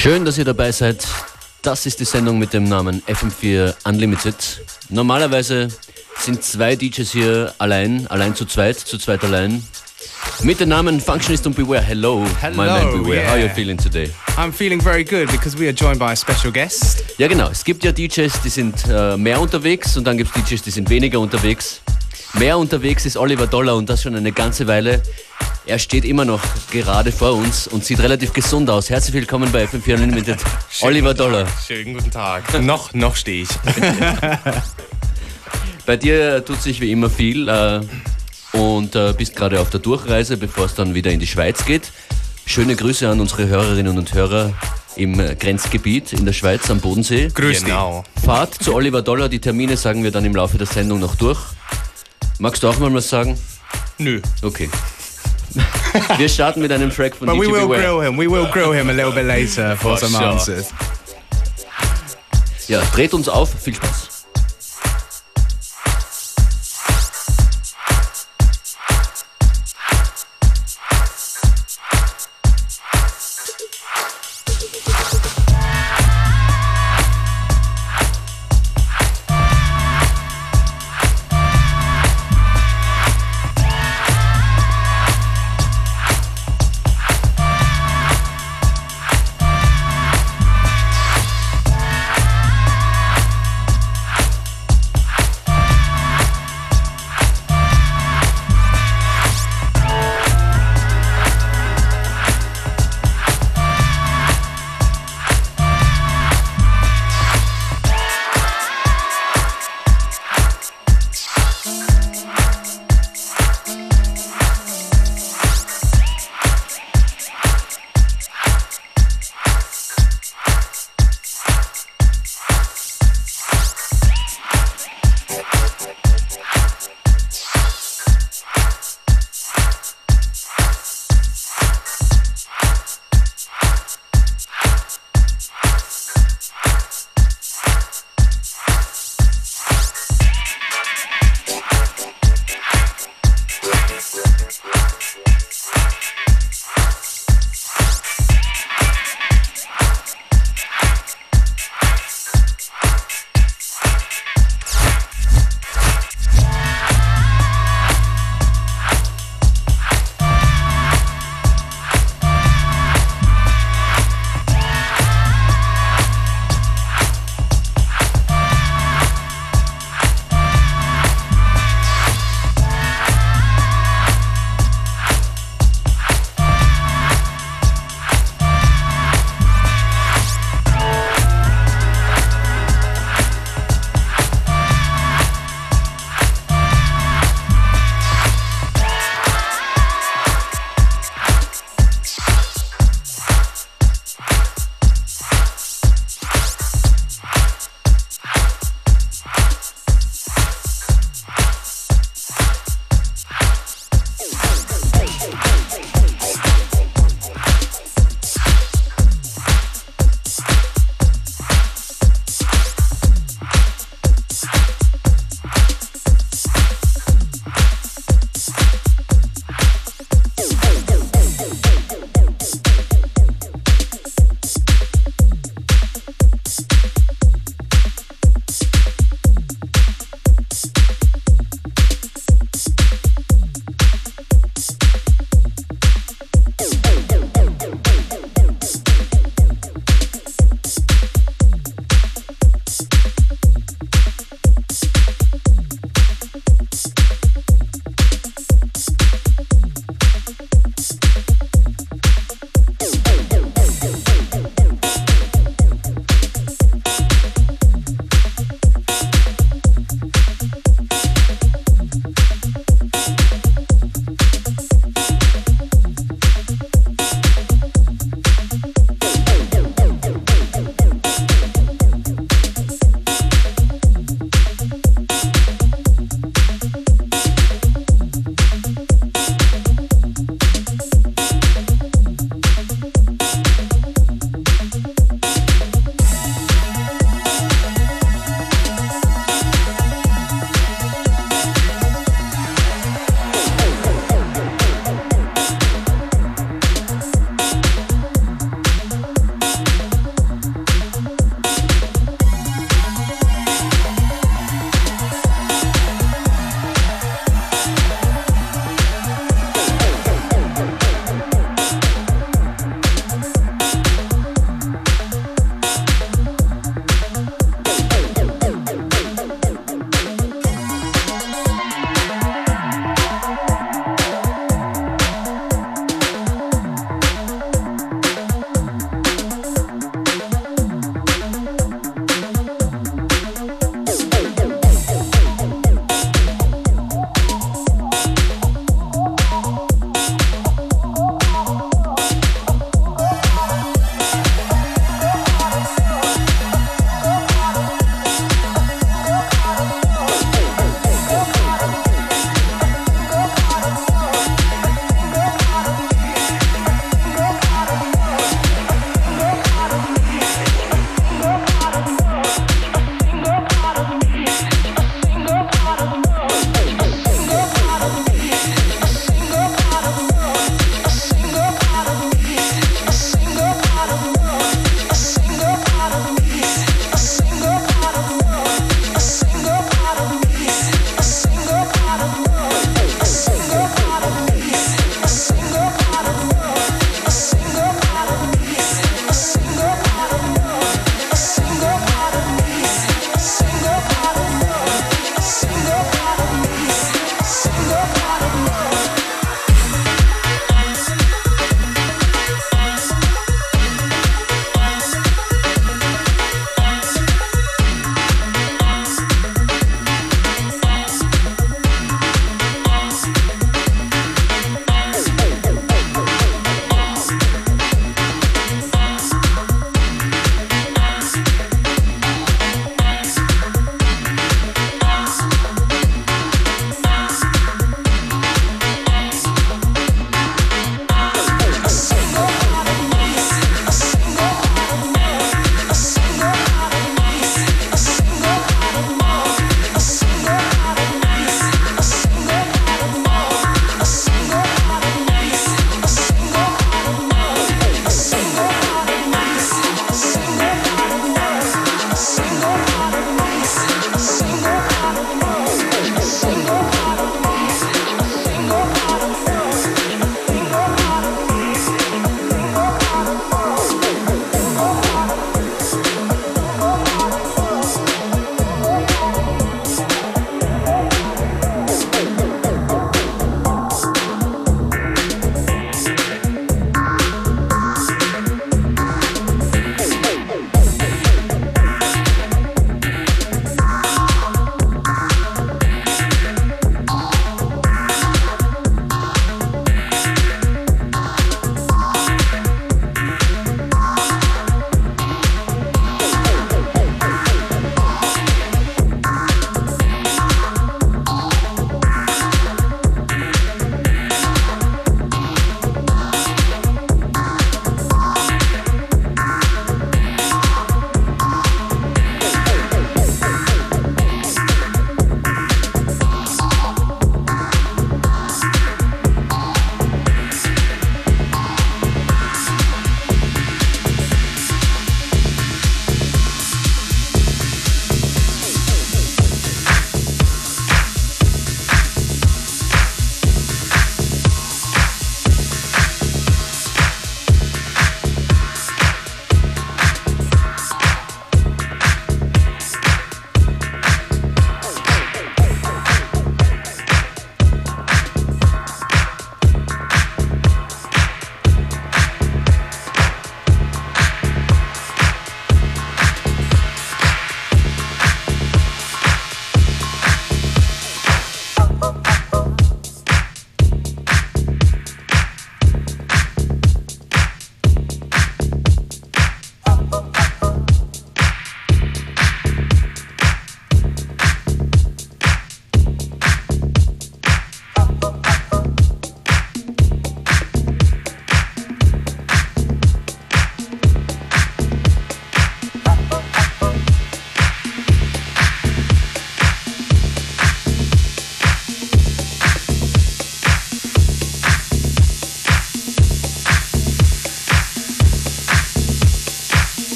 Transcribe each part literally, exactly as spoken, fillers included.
Schön, dass ihr dabei seid. Das ist die Sendung mit dem Namen F M vier Unlimited. Normalerweise sind zwei D Js hier allein, allein zu zweit, zu zweit allein. Mit dem Namen Functionist und Beware. Hello, Hello, my man Beware. yeah. How are you feeling today? I'm feeling very good because we are joined by a special guest. Ja genau, es gibt ja D Js, die sind äh, mehr unterwegs und dann gibt es D Js, die sind weniger unterwegs. Mehr unterwegs ist Oliver Dollar und das schon eine ganze Weile. Er steht immer noch gerade vor uns und sieht relativ gesund aus. Herzlich willkommen bei F M vier Unlimited, Oliver Dollar. Schönen guten Tag. noch, noch stehe ich. Bei dir tut sich wie immer viel äh, und äh, bist gerade auf der Durchreise, bevor es dann wieder in die Schweiz geht. Schöne Grüße an unsere Hörerinnen und Hörer im äh, Grenzgebiet in der Schweiz am Bodensee. Grüß Genau. Fahrt zu Oliver Dollar, die Termine sagen wir dann im Laufe der Sendung noch durch. Magst du auch mal was sagen? Nö. Okay. Wir starten mit einem Track von But D J we will Beware. grill him. We will grill him a little bit later for For some sure. answers. Ja, dreht uns auf. Viel Spaß.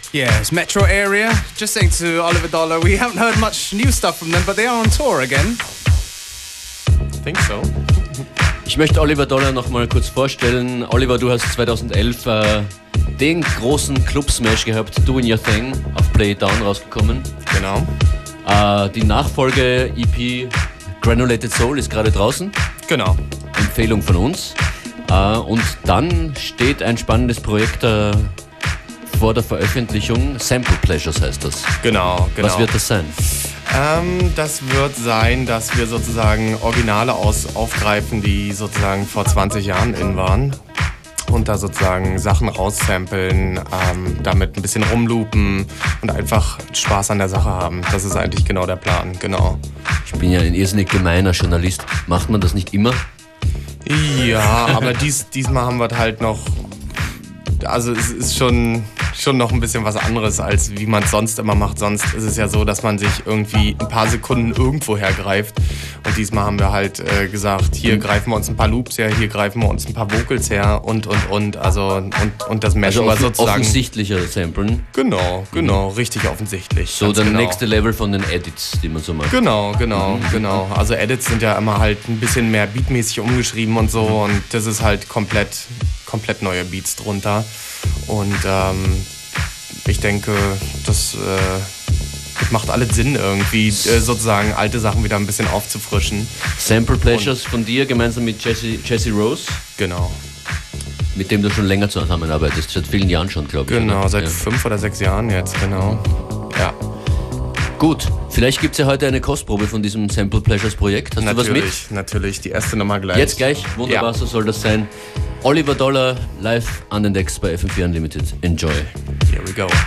Yes, metro area. Just saying to Oliver Dollar, we haven't heard much new stuff from them, but they are on tour again. I think so. Ich möchte Oliver Dollar noch mal kurz vorstellen. Oliver, du hast zweitausendelf äh, den großen Club-Smash gehabt, Doing Your Thing, auf Play It Down rausgekommen. Genau. Äh, die Nachfolge-E P Granulated Soul ist gerade draußen. Genau. Empfehlung von uns. Äh, und dann steht ein spannendes Projekt äh, vor der Veröffentlichung. Sample Pleasures heißt das. Genau, genau. Was wird das sein? Ähm, das wird sein, dass wir sozusagen Originale aus, aufgreifen, die sozusagen vor zwanzig Jahren in waren. Und da sozusagen Sachen raussamplen, ähm, damit ein bisschen rumloopen und einfach Spaß an der Sache haben. Das ist eigentlich genau der Plan, genau. Ich bin ja ein irrsinnig gemeiner Journalist. Macht man das nicht immer? Ja, aber dies, diesmal haben wir halt noch, also es ist schon, schon noch ein bisschen was anderes, als wie man es sonst immer macht. Sonst ist es ja so, dass man sich irgendwie ein paar Sekunden irgendwo hergreift. Und diesmal haben wir halt äh, gesagt, hier greifen wir uns ein paar Loops her, hier greifen wir uns ein paar Vocals her und, und, und. Also, und, und das Match Also war offen, sozusagen... offensichtlicher Samplen. Genau, genau, richtig offensichtlich. So ganz der genau. nächste Level von den Edits, die man so macht. Genau, genau, genau. Also Edits sind ja immer halt ein bisschen mehr beatmäßig umgeschrieben und so. Und das ist halt komplett, komplett neue Beats drunter. Und ähm, ich denke, das, äh, das macht alles Sinn irgendwie, äh, sozusagen alte Sachen wieder ein bisschen aufzufrischen. Sample Pleasures von dir gemeinsam mit Jesse, Jesse Rose, Genau. mit dem du schon länger zusammenarbeitest, seit vielen Jahren schon, glaube ich. Genau, oder? seit Ja. fünf oder sechs Jahren jetzt, genau. Ja, Gut, vielleicht gibt es ja heute eine Kostprobe von diesem Sample Pleasures Projekt. Hast du was mit? natürlich, natürlich. Die erste Nummer gleich. Jetzt gleich, wunderbar, Ja. so soll das sein. Oliver Dollar live an den Decks bei F M vier Unlimited. Enjoy. Here we go.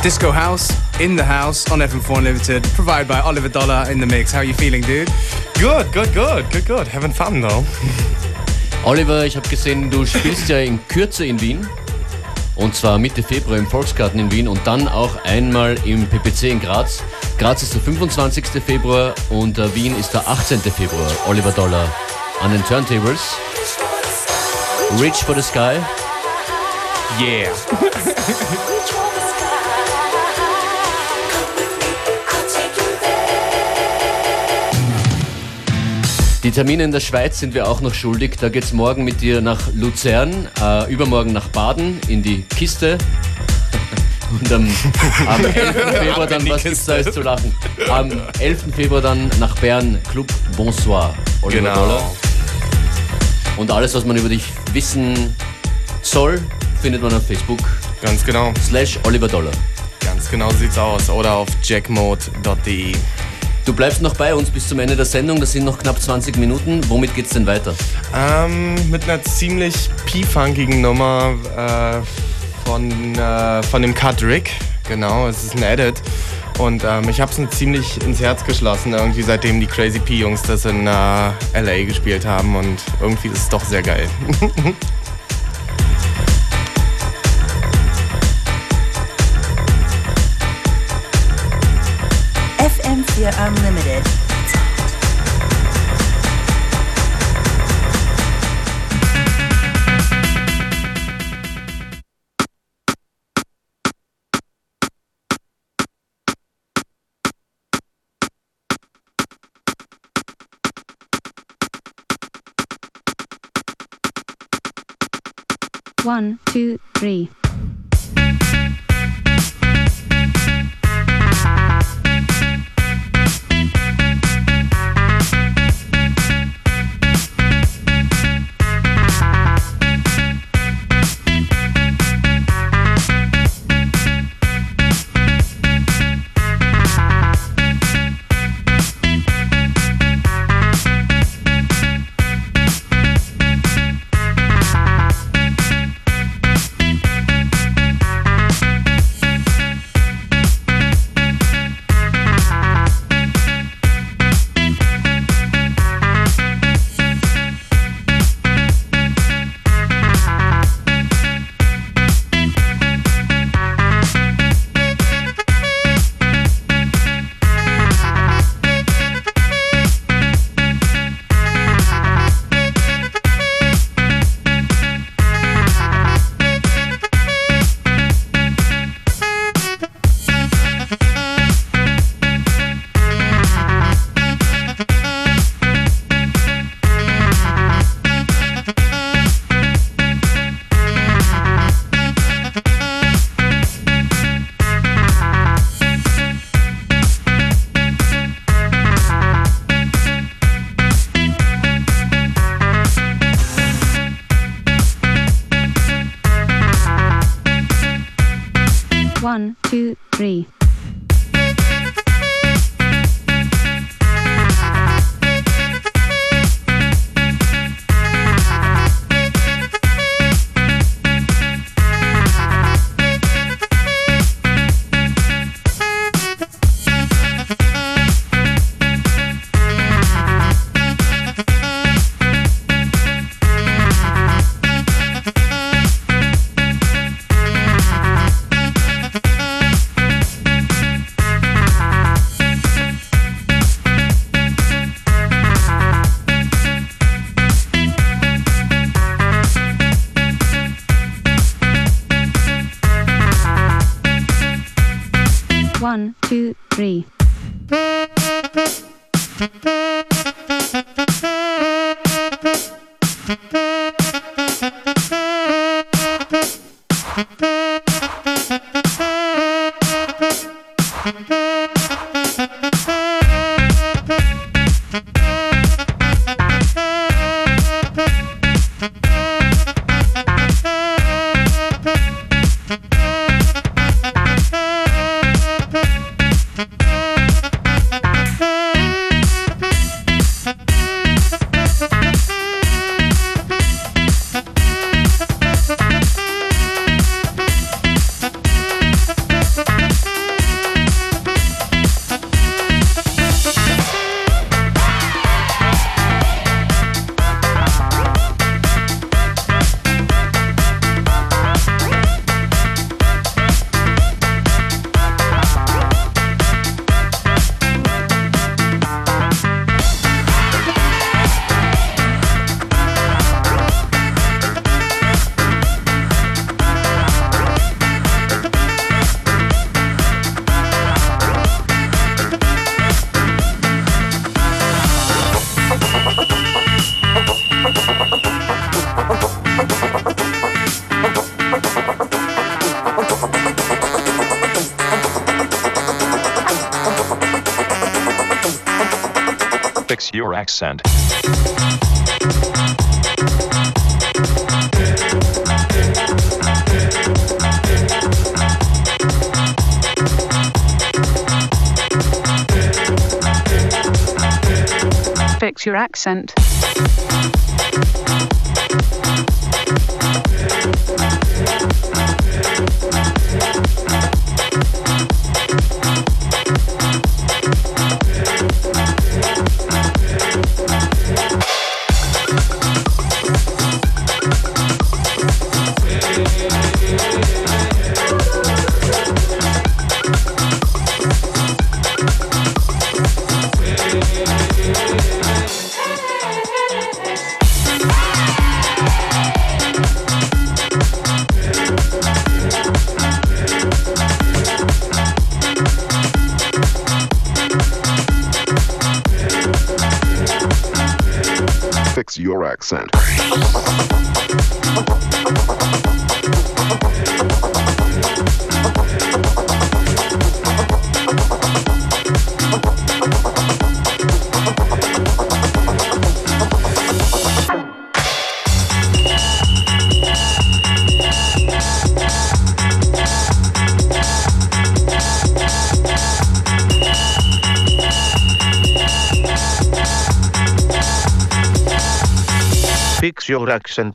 Disco House in the house on F M four Unlimited, provided by Oliver Dollar in the mix. How are you feeling, dude? Good, good, good, good, good. Having fun, though. Oliver, ich habe gesehen, du spielst ja in Kürze in Wien. Und zwar Mitte Februar im Volksgarten in Wien und dann auch einmal im P P C in Graz. Graz ist der fünfundzwanzigste Februar und äh, Wien ist der achtzehnte Februar. Oliver Dollar an den Turntables. Reach for the Sky. Yeah. Die Termine in der Schweiz sind wir auch noch schuldig. Da geht's morgen mit dir nach Luzern, äh, übermorgen nach Baden in die Kiste. Und am, am elften Februar dann, was gibt's da jetzt zu lachen? Am elften Februar dann nach Bern, Club Bonsoir. Oliver Genau. Dollar. Und alles, was man über dich wissen soll, findet man auf Facebook. Ganz genau. Slash Oliver Dollar. Ganz genau sieht's aus. Oder auf jackmode punkt de. Du bleibst noch bei uns bis zum Ende der Sendung, das sind noch knapp zwanzig Minuten. Womit geht's denn weiter? Ähm, mit einer ziemlich p-funkigen Nummer äh, von, äh, von dem Cut Rick. Genau, es ist ein Edit. Und ähm, ich hab's mir ziemlich ins Herz geschlossen, irgendwie seitdem die Crazy P-Jungs das in äh, L A gespielt haben. Und irgendwie ist es doch sehr geil. F M four Unlimited. One, two, three. One, two, three. One, two, three. Fix your accent. Fix your accent. Fix your accent. Fix your accent.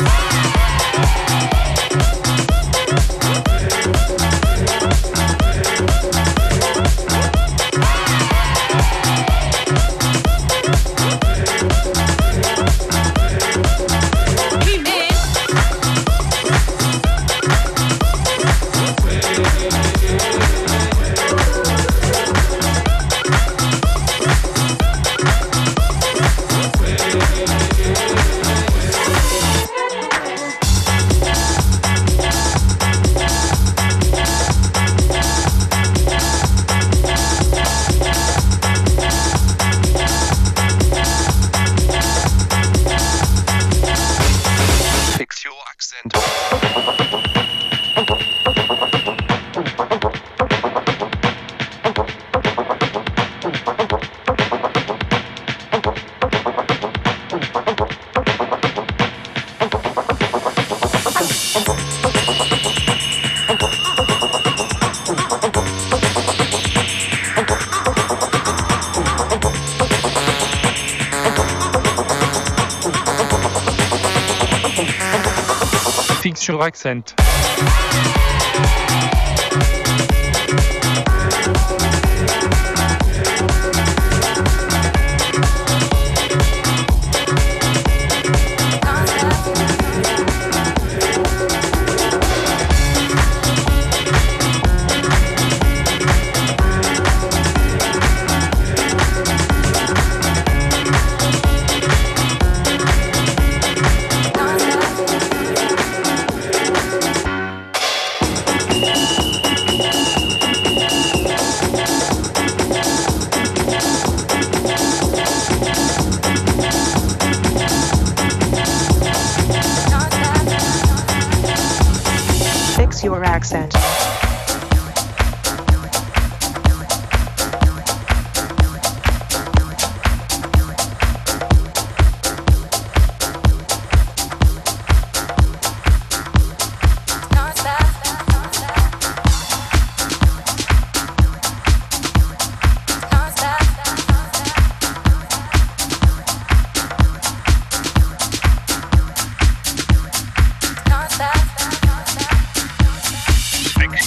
Fix your accent. Fix your accent. Fix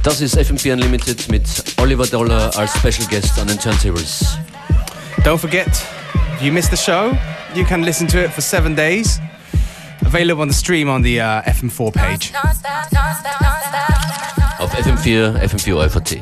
Das ist F M vier Unlimited mit Oliver Dollar als Special Guest an den Turntables. Don't forget, if you missed the show, you can listen to it for seven days. Available on the stream on the uh, F M four page. Auf F M vier, F M vier O F A T.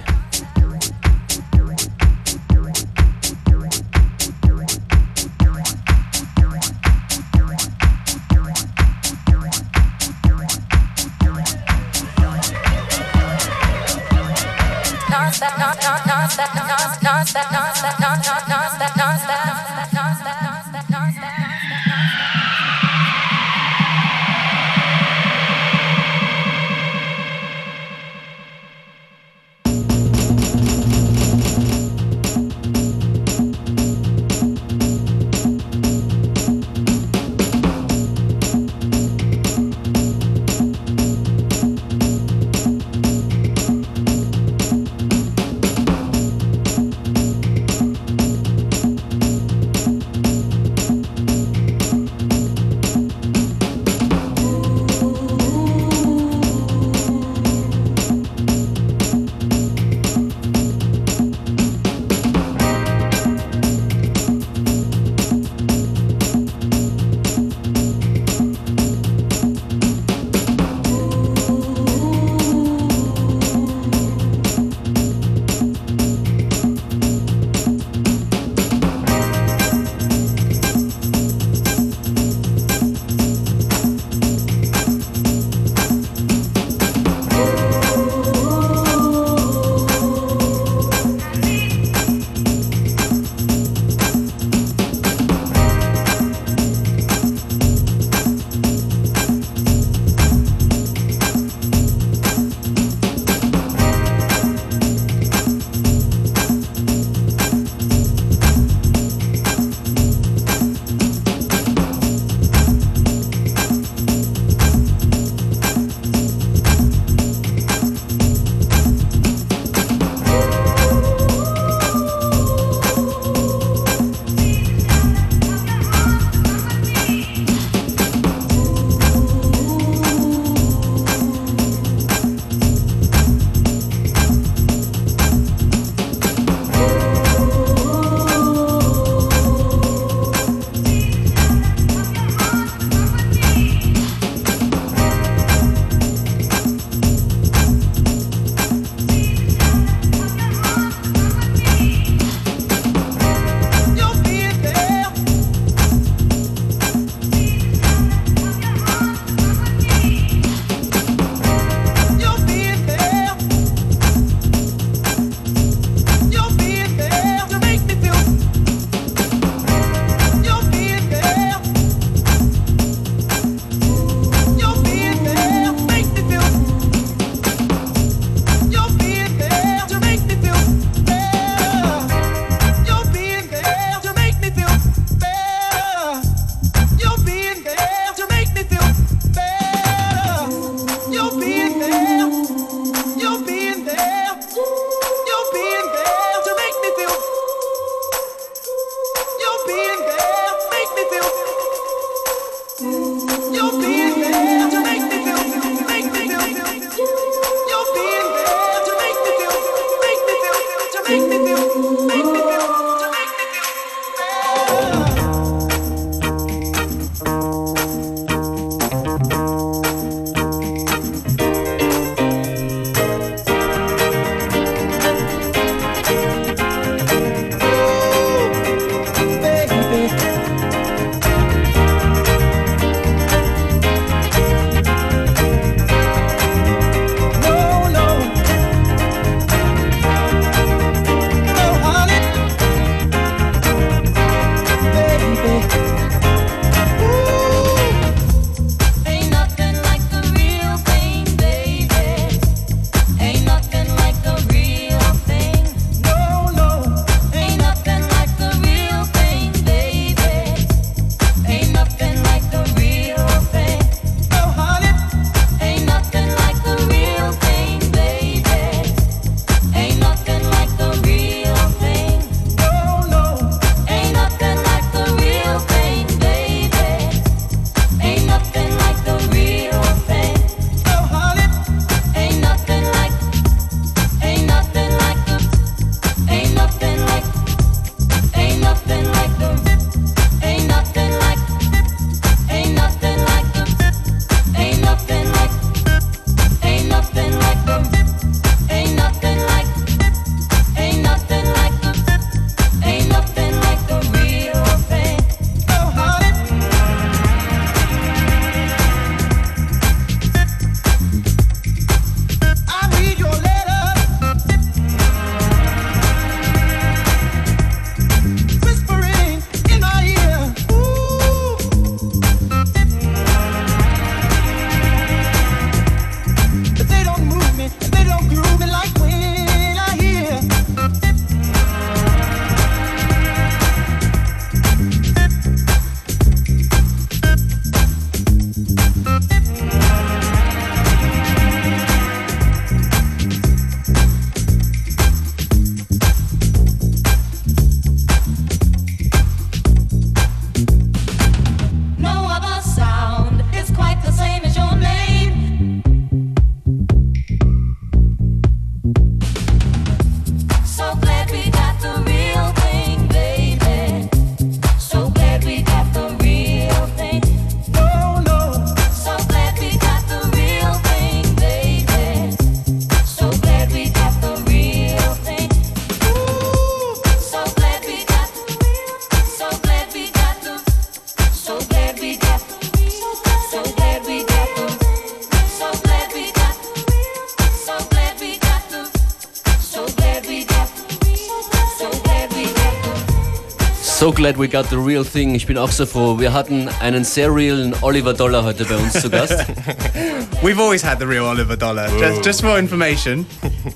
So glad we got the real thing. Ich bin auch so froh. Wir hatten einen sehr realen Oliver Dollar heute bei uns zu Gast. We've always had the real Oliver Dollar. Just, just for information.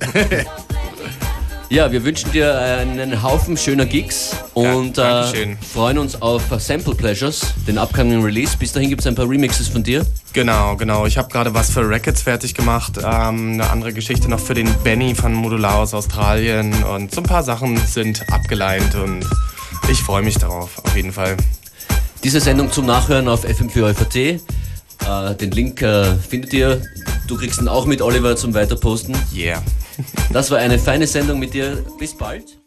Ja, wir wünschen dir einen Haufen schöner Gigs und Ja, äh, Dankeschön. freuen uns auf Sample Pleasures, den upcoming Release. Bis dahin gibt es ein paar Remixes von dir. Genau, genau. Ich habe gerade was für Records fertig gemacht. Ähm, eine andere Geschichte noch für den Benny von Modular aus Australien. Und so ein paar Sachen sind abgeleint und ich freue mich darauf, auf jeden Fall. Diese Sendung zum Nachhören auf f m vier Ö T. Äh, den Link äh, findet ihr. Du kriegst ihn auch mit, Oliver, zum Weiterposten. Yeah. Das war eine feine Sendung mit dir. Bis bald.